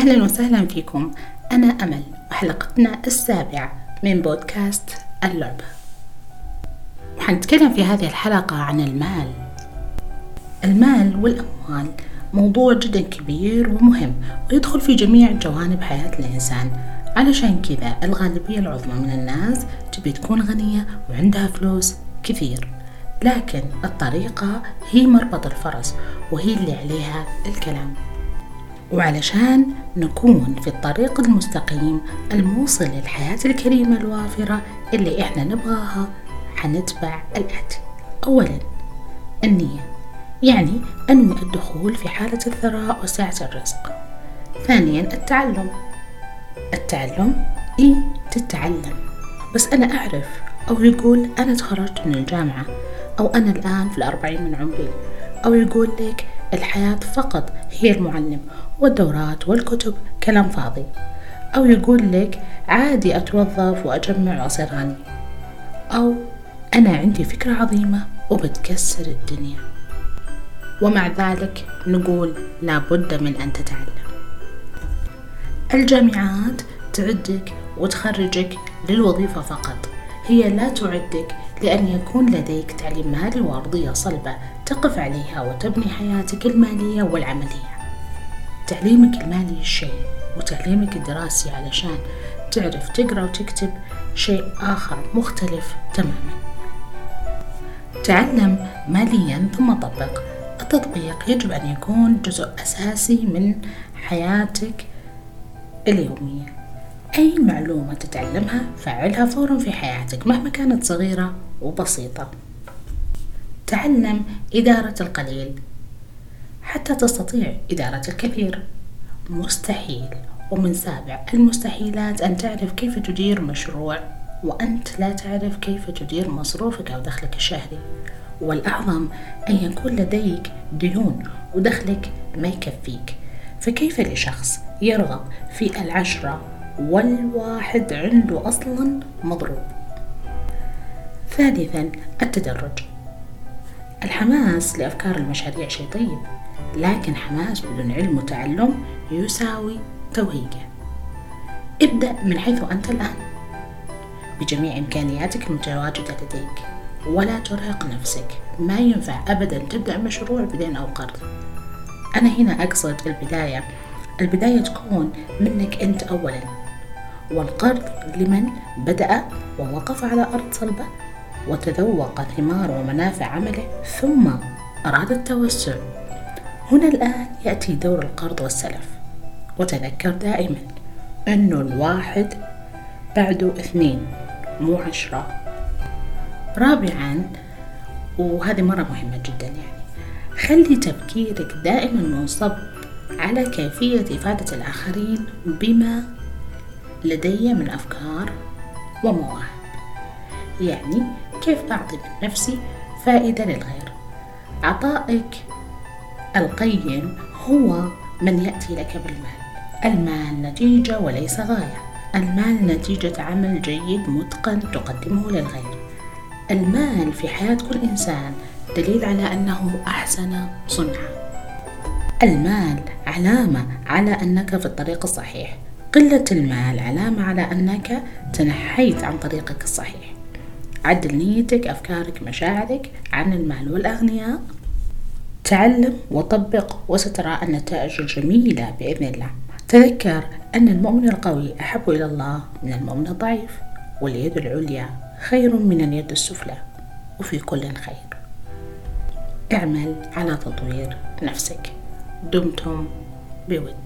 أهلا وسهلا فيكم. أنا أمل وحلقتنا السابعة من بودكاست اللعبة، وحنتكلم في هذه الحلقة عن المال والأموال. موضوع جدا كبير ومهم ويدخل في جميع جوانب حياة الإنسان. علشان كذا الغالبية العظمى من الناس تبي تكون غنية وعندها فلوس كثير، لكن الطريقة هي مربط الفرس وهي اللي عليها الكلام. وعلشان نكون في الطريق المستقيم الموصل للحياة الكريمة الوافرة اللي احنا نبغاها، حنتبع الآتي. أولا، النية، يعني أنوي الدخول في حالة الثراء وسعة الرزق. ثانيا، التعلم تتعلم، بس أنا أعرف، أو يقول أنا تخرجت من الجامعة، أو أنا الآن في 40 من عمري، أو يقول لك الحياة فقط هي المعلم والدورات والكتب كلام فاضي، أو يقول لك عادي أتوظف وأجمع وأصير غني، أو أنا عندي فكرة عظيمة وبتكسر الدنيا. ومع ذلك نقول لابد من أن تتعلم. الجامعات تعدك وتخرجك للوظيفة فقط، هي لا تعدك لأن يكون لديك تعليم مالي وأرضية صلبة تقف عليها وتبني حياتك المالية والعملية. تعليمك المالي شيء، وتعليمك الدراسي علشان تعرف تقرأ وتكتب شيء آخر مختلف تماما. تعلم ماليا ثم طبق. التطبيق يجب أن يكون جزء أساسي من حياتك اليومية. أي معلومة تتعلمها فعلها فورا في حياتك مهما كانت صغيرة وبسيطة. تعلم إدارة القليل حتى تستطيع إدارة الكثير. مستحيل ومن سابع المستحيلات أن تعرف كيف تدير مشروع وأنت لا تعرف كيف تدير مصروفك أو دخلك الشهري. والأعظم أن يكون لديك ديون ودخلك ما يكفيك، فكيف لشخص يرغب في 10 والواحد عنده أصلا مضروب؟ ثالثا، التدرج. الحماس لأفكار المشاريع شيء طيب، لكن حماس بدون علم وتعلم يساوي توهيقه. ابدأ من حيث أنت الآن بجميع إمكانياتك المتواجدة لديك، ولا ترهق نفسك. ما ينفع أبدا تبدأ مشروع بدين أو قرض. أنا هنا أقصد البداية تكون منك أنت أولا، والقرض لمن بدأ ووقف على أرض صلبة وتذوق ثمار ومنافع عمله ثم أراد التوسع. هنا الآن يأتي دور القرض والسلف. وتذكر دائما أنه 1 بعده 2 مو 10. رابعا، وهذه مرة مهمة جدا، خلي تفكيرك دائما منصب على كيفية إفادة الآخرين بما لدي من أفكار ومواهب. يعني كيف أعطي من نفسي فائدة للغير. عطائك القيم هو من يأتي لك بالمال. المال نتيجة وليس غاية. المال نتيجة عمل جيد متقن تقدمه للغير. المال في حياة كل إنسان دليل على أنه أحسن صنعا. المال علامة على أنك في الطريق الصحيح. قلة المال علامة على أنك تنحيت عن طريقك الصحيح. عدل نيتك، أفكارك، مشاعرك عن المال. والأغنياء تعلم وطبق وسترى النتائج الجميلة بإذن الله. تذكر أن المؤمن القوي أحب إلى الله من المؤمن الضعيف، واليد العليا خير من اليد السفلى، وفي كل خير. اعمل على تطوير نفسك. دمتم بود.